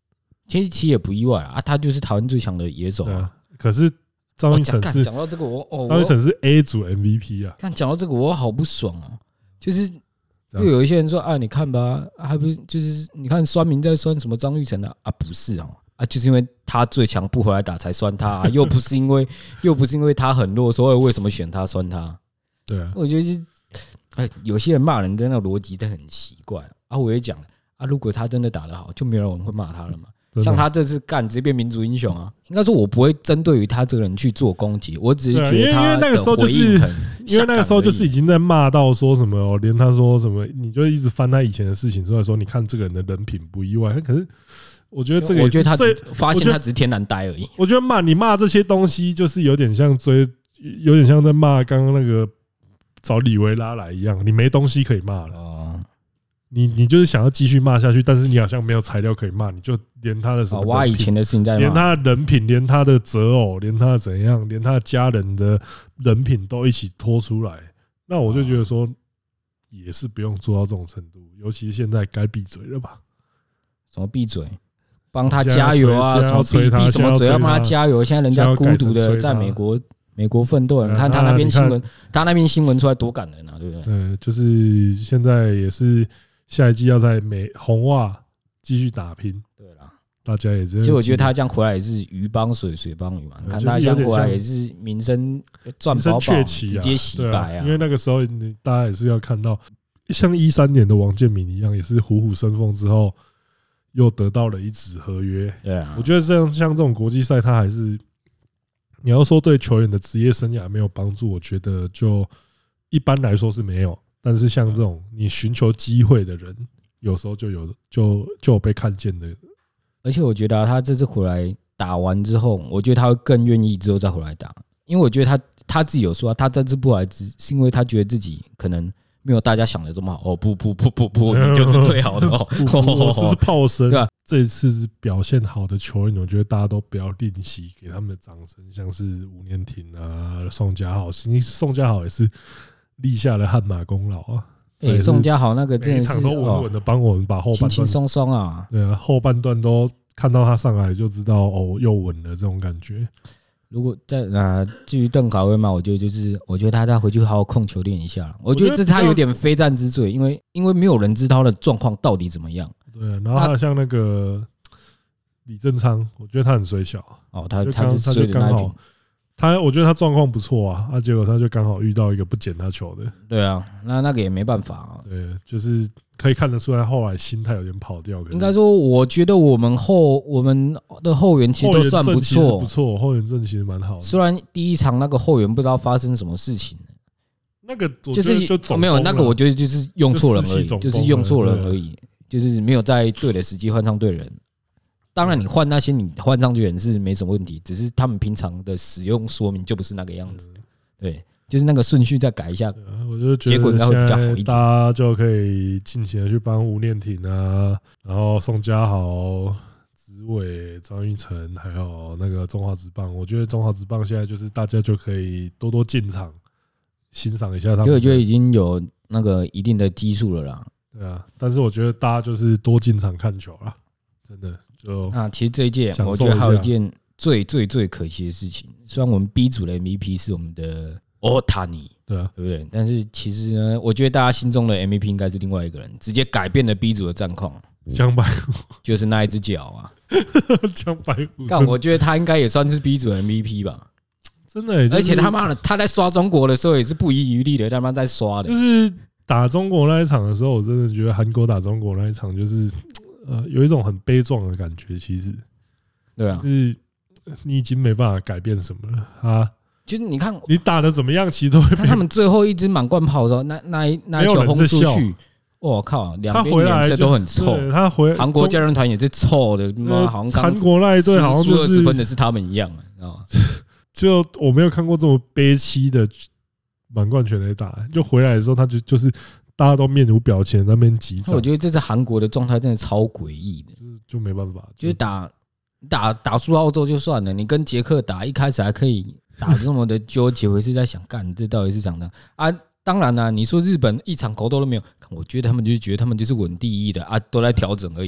其实其实也不意外啊，他就是台湾最强的野手啊。 可是张育成是讲到这个我哦， 张育成是 A 组 M V P 啊。 看讲到这个我好不爽哦，就是又有一些人说啊，你看吧，还不就是你看酸民在酸什么张育成啊？啊，不是哦。啊，就是因为他最强不回来打才酸他、啊，又不是因为又不是因为他很弱，所以为什么选他酸他？ 对啊， 我觉得哎，有些人骂人的那个逻辑都很奇怪啊。我也讲了啊，如果他真的打得好，就没有人会骂他了嘛。像他这次干直接变民族英雄啊！应该说，我不会针对于他这个人去做攻击，我只是觉得他的回应很， 因为那个时候就是已经在骂到说什么，连他说什么，你就一直翻他以前的事情出来说，你看这个人的人品不意外，可是。我觉得这个， 我觉得他只发现他只是天然呆而已。 我觉得骂你骂这些东西，就是有点像追，有点像在骂刚刚那个找李维拉来一样，你没东西可以骂了。你你就是想要继续骂下去，但是你好像没有材料可以骂，你就连他的什么挖以前的事情在骂， 连他的人品，连他的择偶，连他的怎样，连他的家人的人品都一起拖出来。那我就觉得说，也是不用做到这种程度，尤其是现在该闭嘴了吧？ 什么闭嘴？帮他加油啊！什么闭闭什么嘴？要帮他加油！现在人家孤独的在美国美国奋斗，你看他那边新闻，他那边新闻出来多感人啊，对不对？ 对，就是现在也是下一季要在美红袜继续打拼。对啦，大家也是。 其实我觉得他这样回来也是鱼帮水，水帮鱼嘛。你看他这样回来也是名声赚饱饱，直接洗白啊！ 因为那个时候你大家也是要看到，像一三年的王建民一样，也是虎虎生风之后。又得到了一纸合约，对啊，我觉得这样像这种国际赛，他还是你要说对球员的职业生涯没有帮助，我觉得就一般来说是没有。但是像这种你寻求机会的人，有时候就有就就有被看见的。 而且我觉得、啊、他这次回来打完之后，我觉得他会更愿意之后再回来打，因为我觉得他他自己有说、啊，他这次不来只是因为他觉得自己可能。没有大家想的这么好哦！不不不不不，你就是最好的哦！ 这是炮声，对吧？这一次表现好的球员，我觉得大家都不要吝惜给他们的掌声，像是吴念庭啊、宋家豪，其实宋家豪也是立下了汗马功劳啊。 哎，宋家豪那个真的是每场都稳稳的帮我们把后半段轻轻松松啊， 对啊，后半段都看到他上来就知道哦，又稳了这种感觉。 如果在啊，至于邓凯威嘛，我觉得就是，我觉得他再回去好好控球练一下。我觉得这他有点非战之罪，因为因为没有人知道他的状况到底怎么样。 对，然后还有像那个李正昌，我觉得他很水小哦，他他是水的那一瓶。 他我觉得他状况不错啊，啊，结果他就刚好遇到一个不捡他球的。 对啊，那那个也没办法啊。 对，就是可以看得出来，后来心态有点跑掉。 应该说，我觉得我们后我们的后援其实都算不错， 不错，后援阵其实蛮好的。 虽然第一场那个后援不知道发生什么事情， 那个就是就没有那个，我觉得就是用错人而已，就是用错人而已，就是没有在对的时机换上对人。当然，你换那些你换上去的人是没什么问题，只是他们平常的使用说明就不是那个样子。对，就是那个顺序再改一下， 我就觉得结果应该会比较好一点。 大家就可以尽情的去帮吴念庭啊，然后宋家豪、子伟、张育成，还有那个中华职棒。我觉得中华职棒现在就是大家就可以多多进场欣赏一下他们。 我觉得已经有那个一定的基数了啦。 对啊，但是我觉得大家就是多进场看球啦，真的。 啊，其实这一届我觉得还有一件最最最可惜的事情，虽然我们 B 组的 M V P 是我们的欧塔尼，对啊，对不对？但是其实呢，我觉得大家心中的 M V P 应该是另外一个人，直接改变了 B 组的战况。 江百虎就是那一只脚啊， 江百虎。 但我觉得他应该也算是 B 组的 M V P 吧， 真的、欸。 而且他妈的，他在刷中国的时候也是不遗余力的，他妈在刷的。 就是打中国那一场的时候，我真的觉得韩国打中国那一场就是呃有一种很悲壮的感觉，其实。对啊，是你已经没办法改变什么了啊！ 就是你看你打的怎么样，其实都会。 看他们最后一支满贯炮的时候，那那一那一球轰出去，我靠，两边脸色都很臭。 他回韩国教练团也是臭的，妈好像韩国那一队好像输二十分的是他们一样，知道吗？ 就我没有看过这么悲凄的满贯全垒打，就回来的时候，他就就是大家都面无表情在那边击掌。 我觉得这次韩国的状态真的超诡异的， 就是就没办法， 就是打。打打输澳洲就算了，你跟捷克打，一开始还可以打这么的纠结，我是在想，干这到底是怎样啊？当然啦、啊，你说日本一场口斗都没有，我觉得他们就是觉得他们就是稳第一的啊，都在调整而已啊。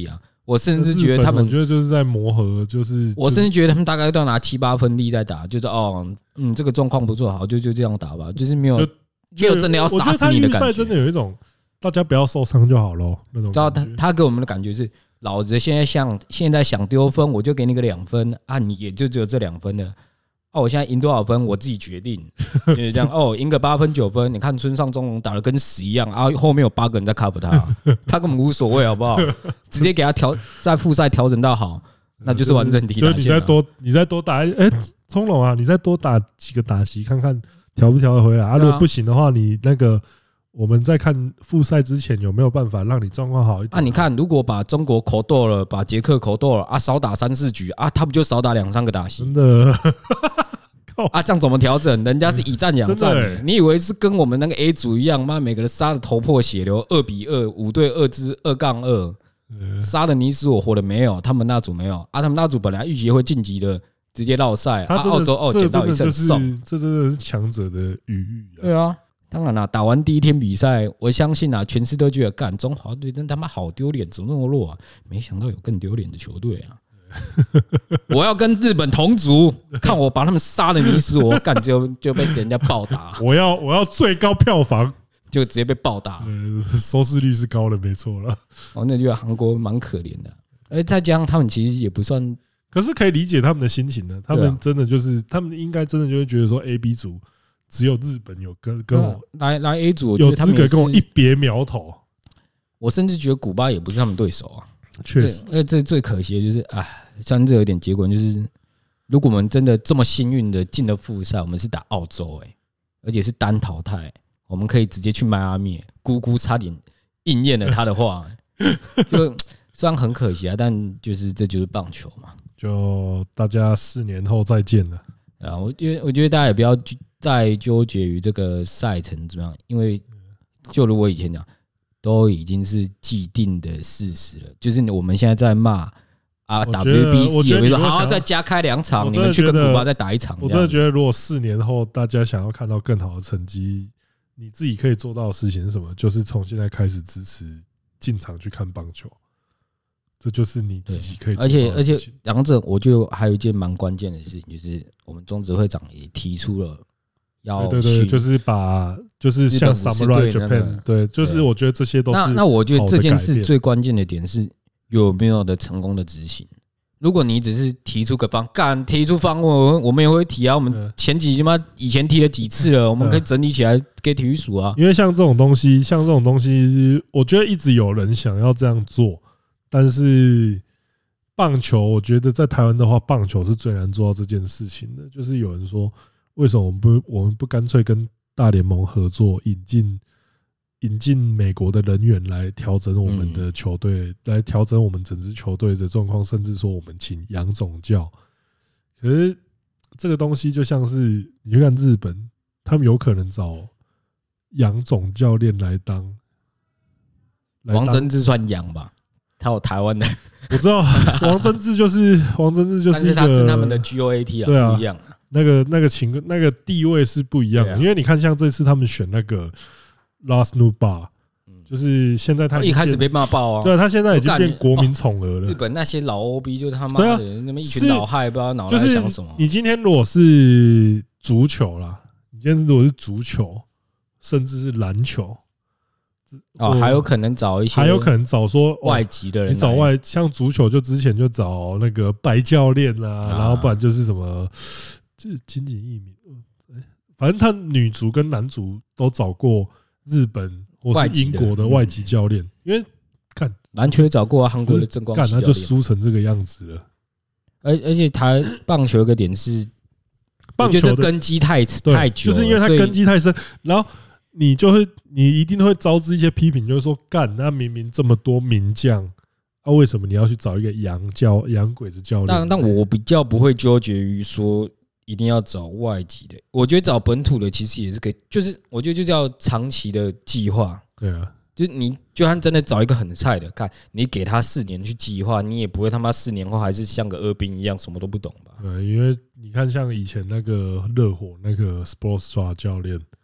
我甚至觉得他们， 我觉得就是在磨合，就是我甚至觉得他们大概都要拿七八分力在打，就是哦，嗯，这个状况不错，好，就就这样打吧，就是没有没有真的要杀死你的感觉。 真的有一种大家不要受伤就好咯那种。 知道他他给我们的感觉是，老子现在想现在想丢分，我就给你个两分啊，你也就只有这两分了。哦，我现在赢多少分我自己决定，就是这样。哦，赢个八分九分，你看村上中龙打得跟屎一样啊，后面有八个人在 cover 他，他根本无所谓，好不好？直接给他调在复赛调整到好，那就是完整体打线。 你再多你再多打，哎，中龙啊，你再多打几个打席看看调不调得回来啊？如果不行的话，你那个我们在看复赛之前有没有办法让你状况好一点？ 啊，你看，如果把中国口斗了，把捷克口斗了啊，少打三四局啊，他不就少打两三个打席？ 真的。 啊，这样怎么调整？人家是以战养战、欸，你以为是跟我们那个 A 组一样妈每个人杀的头破血流，二比二，五对二之二杠二，杀的你死我活的没有，他们那组没有啊，他们那组本来预期会晋级的，直接落赛，啊，澳洲哦捡到一胜送， 这真的是强者的余裕。 对啊，当然啦，打完第一天比赛，我相信啊，全世界都觉得干中华队真他妈好丢脸，怎么那么弱啊？没想到有更丢脸的球队啊！我要跟日本同族，看我把他们杀的你死我干，就就被人家暴打。 我要我要最高票房， 就直接被暴打。 收视率是高的，没错了。 哦，那就韩国蛮可怜的，而再加上他们其实也不算， 可是可以理解他们的心情的。他们真的就是，他们应该真的就会觉得说 ，A、B 组只有日本有跟跟我来来 A 组，我觉得他们有资格跟我一别苗头。 我甚至觉得古巴也不是他们对手啊。 确实， 呃，这最可惜的就是，哎，虽然这有点结果，就是如果我们真的这么幸运的进了复赛，我们是打澳洲，哎，而且是单淘汰，我们可以直接去迈阿密，姑姑差点应验了他的话，就虽然很可惜啊，但就是这就是棒球嘛， 就大家四年后再见了啊！我觉得，我觉得大家也不要再纠结于这个赛程怎么样，因为就如我以前讲。都已经是既定的事实了，就是我们现在在骂啊 ，W B C 也会说好，再加开两场，你们去跟古巴再打一场。 我真的觉得，如果四年后大家想要看到更好的成绩，你自己可以做到的事情是什么？就是从现在开始支持进场去看棒球，这就是你自己可以做到的事情。 而且而且，两者我觉得还有一件蛮关键的事情，就是我们中职会长也提出了。 对对对，就是把就是像 Samurai Japan， 对，就是我觉得这些都是那那我觉得这件事最关键的点是有没有的成功的执行。如果你只是提出个方干，提出方案，我们也会提啊。我们前几他妈以前提了几次了，我们可以整理起来给体育署啊。 因为像这种东西，像这种东西，我觉得一直有人想要这样做，但是棒球，我觉得在台湾的话，棒球是最难做到这件事情的。就是有人说。为什么我们不我们不干脆跟大联盟合作，引进引进美国的人员来调整我们的球队，来调整我们整支球队的状况，甚至说我们请洋总教。可是这个东西就像是你去看日本，他们有可能找洋总教练来当。 王贞治算洋吧？他有台湾的， 我知道王贞治就是王贞治就是一个， 但是他是他们的 G O A T 啊，不一样。 那个那个情那个地位是不一样的，因为你看，像这次他们选那个 Last New Bar， 就是现在他一开始被骂爆啊， 对，他现在已经变国民宠儿了。 日本那些老 O B 就是他妈的那么一群老害，不知道脑袋在想什么。 你今天如果是足球啦，你今天如果是足球，甚至是篮球， 哦，还有可能找一些， 还有可能找说外籍的人， 你找外像足球就之前就找那个白教练啦，然后不然就是什么。就是金井一鸣，反正他女足跟男足都找过日本或是英国的外籍教练，因为看篮球也找过韩国的郑光熙教练， 他就输成这个样子了。 而而且台棒球有个点是，棒球的根基太太久， 就是因为它根基太深，然后你就会你一定会招致一些批评，就是说干，那明明这么多名将。啊，为什么你要去找一个洋教洋鬼子教练？ 但但我比较不会纠结于说一定要找外籍的，我觉得找本土的其实也是可以，就是我觉得就叫长期的计划。 对啊， 就是你就算真的找一个很菜的，看你给他四年去计划，你也不会他妈四年后还是像个二兵一样什么都不懂吧？ 对，因为你看像以前那个热火那个 Spoelstra 教练，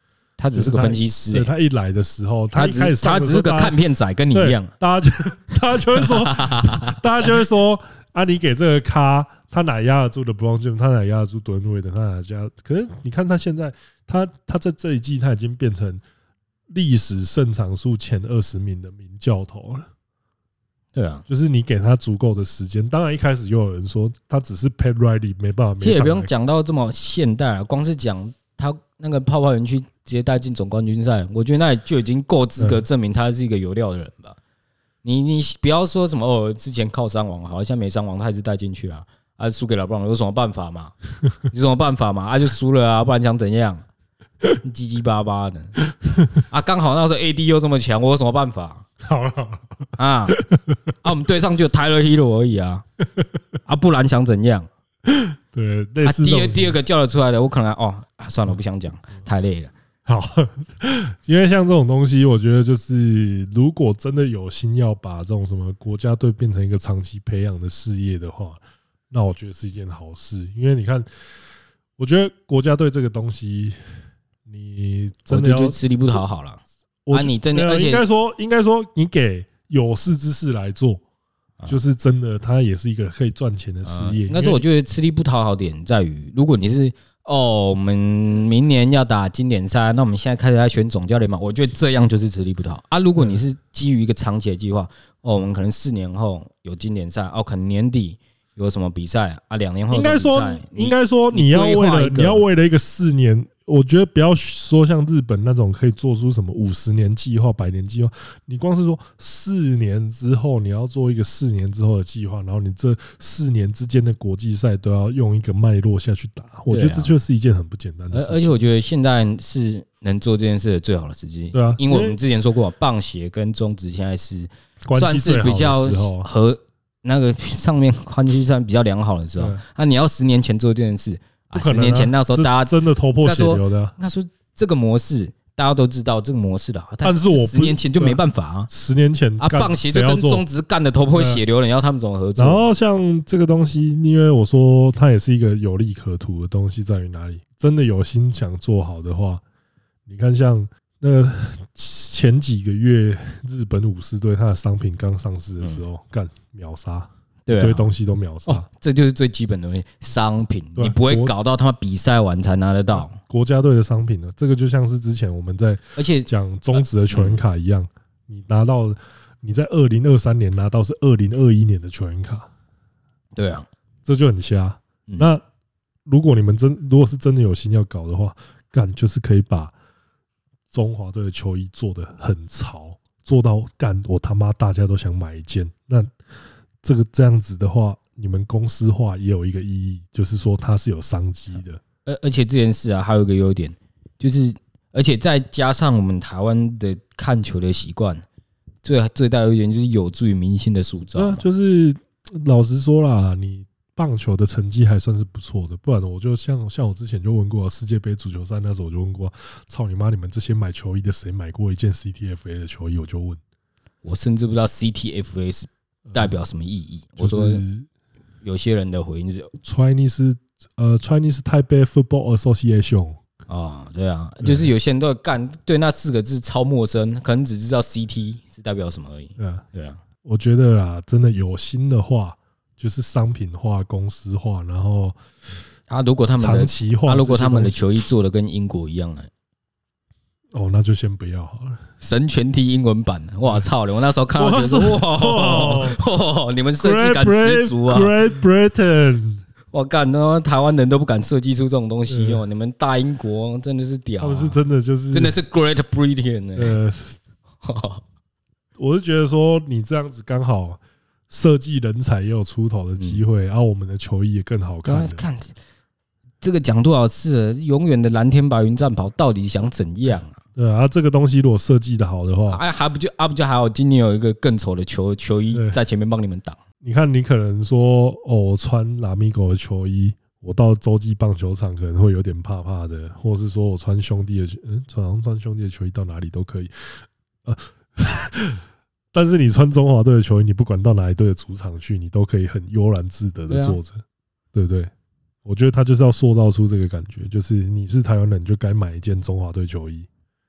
他只是个分析师、欸。 对，他一来的时候，他一开始他只是个看片仔，跟你一样。 大家就大家就会说，大家就会说啊，你给这个咖，他哪压得住的 Bron James， 他哪压得住吨位的，他哪压？可是你看他现在，他他在这一季他已经变成历史胜场数前二十名的名教头了。 对啊， 就是你给他足够的时间。当然一开始就有人说他只是 Pat Riley 没办法， 其实也不用讲到这么现代啊，光是讲他那个泡泡园区直接带进总冠军赛，我觉得那就已经够资格证明他是一个有料的人吧。你你不要说什么哦，之前靠伤亡，好像没伤亡，他还是带进去啊，啊输给老布朗有什么办法嘛？有什么办法嘛？啊就输了啊，不然想怎样？唧唧巴巴的啊，刚好那时候 A D 又这么强，我有什么办法？ 好了啊啊，我们队上就 Tyler Hero 而已啊，啊不然想怎样？ 对，类似、 啊、第二第二个叫得出来的，我可能哦、啊，算了，我不想讲，太累了。 好，因为像这种东西，我觉得就是如果真的有心要把这种什么国家队变成一个长期培养的事业的话，那我觉得是一件好事。因为你看，我觉得国家队这个东西，你真的就吃力不讨好了。啊，你真的，而且应该说，应该说，你给有识之士来做，就是真的，它也是一个可以赚钱的事业。 应该说，我觉得吃力不讨好点在于，如果你是哦，我们明年要打经典赛，那我们现在开始在选总教练嘛？我觉得这样就是吃力不讨好啊。如果你是基于一个长期的计划，哦，我们可能四年后有经典赛，哦，可能年底有什么比赛啊，两年后应该说，应该说你要为了你要为了一个四年。我觉得不要说像日本那种可以做出什么五十年计划、百年计划，你光是说四年之后你要做一个四年之后的计划，然后你这四年之间的国际赛都要用一个脉络下去打，我觉得这就是一件很不简单的事情。 而且我觉得现在是能做这件事的最好的时机， 对啊， 因为我们之前说过，棒协跟中职现在是算是比较和那个上面关系算比较良好的时候，那你要十年前做这件事。啊、十年前那时候，大家真的头破血流的。 他说这个模式大家都知道，这个模式的， 但是我十年前就没办法啊。 十年前啊，棒协就跟中职干的头破血流了，你要他们怎么合作？ 然后像这个东西，因为我说它也是一个有利可图的东西，在于哪里？真的有心想做好的话，你看像那个前几个月日本武士队，它的商品刚上市的时候，干秒杀。对、啊，一堆东西都秒杀、哦， 这就是最基本的东西。商品你不会搞到他们比赛完才拿得到。 国家队的商品呢，这个就像是之前我们在而且讲中职的球员卡一样，你拿到你在二零二三年拿到是二零二一年的球员卡， 对啊， 这就很瞎。那如果你们真如果是真的有心要搞的话，干就是可以把中华队的球衣做得很潮，做到干我他妈大家都想买一件那。这个这样子的话，你们公司化也有一个意义，就是说它是有商机的。 而而且这件事啊，还有一个优点，就是而且再加上我们台湾的看球的习惯，最最大的优点就是有助于明星的塑造。 就是老实说啦，你棒球的成绩还算是不错的，不然我就像像我之前就问过世界杯足球赛那时候我就问过，操你妈！你们这些买球衣的谁买过一件 C T F A 的球衣？我就问， 我甚至不知道 C T F A 是。代表什么意义？我说有些人的回应是 Chinese 呃 Chinese Taipei Football Association 啊，对啊，就是有些人都干对那四个字超陌生，可能只知道 C T 是代表什么而已。对啊，对啊， 我觉得啦，真的有心的话，就是商品化、公司化，然后啊，如果他们的长期化， 啊，如果他们的球衣做的跟英国一样呢？ 哦，那就先不要好了。 神拳踢英文版，哇操！我那时候看到觉得说，哇，你们设计感十足啊 ！Great Britain， 我干，那台湾人都不敢设计出这种东西哦。你们大英国真的是屌， 他们是真的就是真的是 Great Britain。呃， 我是觉得说你这样子刚好设计人才也有出头的机会，然后我们的球衣也更好看。 看这个讲多少次了，永远的蓝天白云战袍到底想怎样啊？ 对啊，这个东西如果设计的好的话， 哎，还不就啊不就还好，今年有一个更丑的球球衣在前面帮你们挡。 你看，你可能说哦，我穿拉米狗的球衣，我到洲际棒球场可能会有点怕怕的，或是说我穿兄弟的，嗯，穿穿兄弟的球衣到哪里都可以。呃，但是你穿中华队的球衣，你不管到哪一队的主场去，你都可以很悠然自得的坐着，对不对？我觉得他就是要塑造出这个感觉，就是你是台湾人，就该买一件中华队球衣。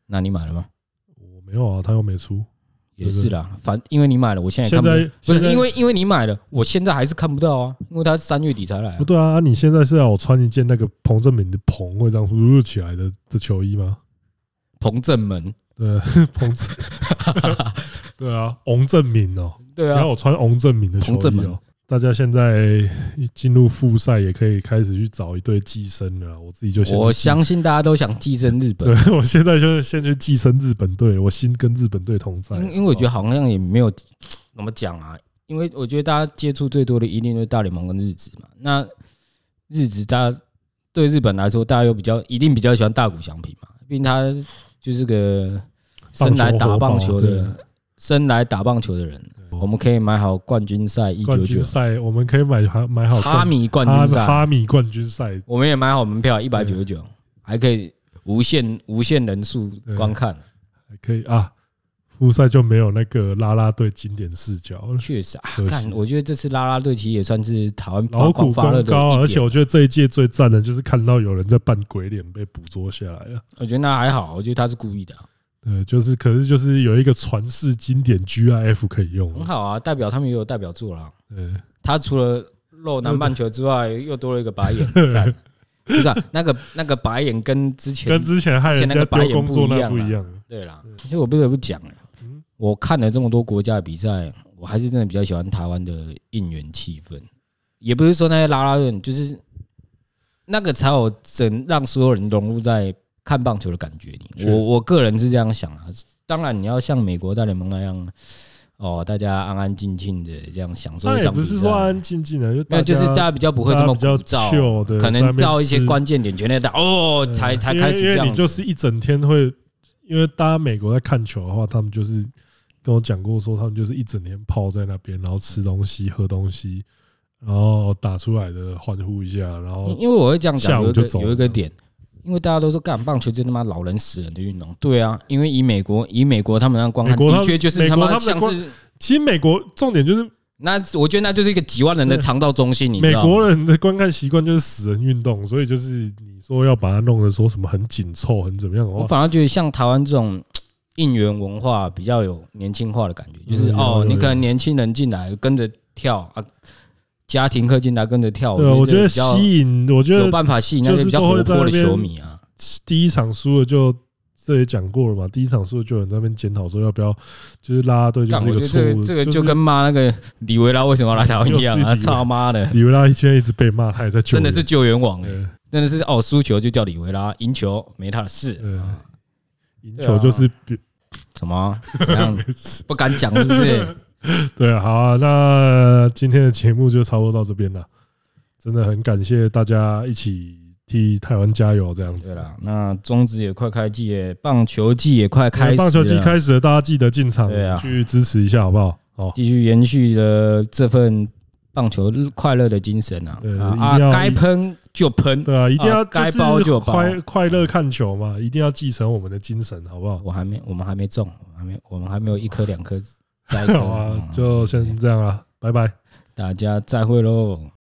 那你买了吗？ 我没有啊，他又没出。 也是啦，反因为你买了，我现在看不到，不是因为因为你买了，我现在还是看不到啊，因为他三月底才来、啊。 不对啊，你现在是要我穿一件那个彭正明的彭会这样露起来的的球衣吗？ 彭正门， 对，彭正，对啊，翁正明哦， 对啊， 然后我穿翁正明的球衣哦。大家现在进入复赛，也可以开始去找一队寄生了。我自己就先我相信大家都想寄生日本。 对，我现在就是先去寄生日本队，我心跟日本队同在。 因为我觉得好像也没有怎么讲啊，因为我觉得大家接触最多的一定就是大联盟跟日职嘛。那日职大家对日本来说，大家又比较一定比较喜欢大谷翔平嘛，毕竟他就是个生来打棒球的，生来打棒球的人。我们可以买好冠军赛一九九赛，我们可以买好买好哈米冠军赛， 哈米冠军赛， 我们也买好门票一百九十九，还可以无限无限人数观看， 还可以啊。复赛就没有那个啦啦队经典视角， 确实啊，看我觉得这次啦啦队其实也算是台湾劳苦功高，而且我觉得这一届最赞的就是看到有人在扮鬼脸被捕捉下来了。 我觉得那还好，我觉得他是故意的、啊。 对，就是可是就是有一个传世经典 G I F 可以用， 很好啊，代表他们也有代表作啦。 对， 他除了露南半球之外，又多了一个白眼，不是啊？那个那个白眼跟之前跟之前害人家丢工作那不一样。 对啦，其实我不得不讲，我看了这么多国家的比赛，我还是真的比较喜欢台湾的应援气氛，也不是说那些啦啦队，就是那个才有整让所有人融入在看棒球的感觉里。我我个人是这样想啊，当然你要像美国大联盟那样，哦，大家安安静静的这样享受一场比赛， 也不是说安安静静的， 那就是大家比较不会这么枯燥，可能到一些关键点全垒打哦，才才开始这样。 因为你就是一整天会，因为大家美国在看球的话，他们就是跟我讲过说，他们就是一整天泡在那边，然后吃东西、喝东西，然后打出来的欢呼一下，然后因为我会这样讲，有一个有一个点。因为大家都说干棒球就是他妈老人死人的运动，对啊，因为以美国以美国他们那观看，的确就是他妈像是， 其实美国重点就是， 那我觉得那就是一个几万人的肠道中心，你知道美国人的观看习惯就是死人运动，所以就是你说要把它弄得说什么很紧凑、很怎么样的话， 我反而觉得像台湾这种应援文化比较有年轻化的感觉，就是哦，你可能年轻人进来跟着跳啊。家庭课进来跟着跳， 对，我觉得吸引，我觉得有办法吸引那些比较活泼的球迷啊。 第一场输了就这也讲过了嘛，第一场输了就有人在那边检讨说要不要，就是啦啦队就是一个错误。 这个就跟骂那个李维拉为什么要来台湾一样啊！操妈的， 李维拉现在一直被骂，他也在救援， 真的是救援网哎，真的是哦，输球就叫李维拉，赢球没他的事。 赢球就是什么？怎样？不敢讲是不是？ 对，好啊，那今天的节目就差不多到这边了。真的很感谢大家一起替台湾加油，这样子。 对了，那中职也快开季了，棒球季也快开始了， 棒球季开始了，大家记得进场去支持一下，好不好？好， 继续延续了这份棒球快乐的精神啊！啊，该喷就喷， 对啊，一定要该包就包， 快快乐看球嘛，一定要继承我们的精神，好不好？ 我还没，我们还没中，还没，我们还没有一颗两颗。 好啊，就先这样了，拜拜， 大家再会喽。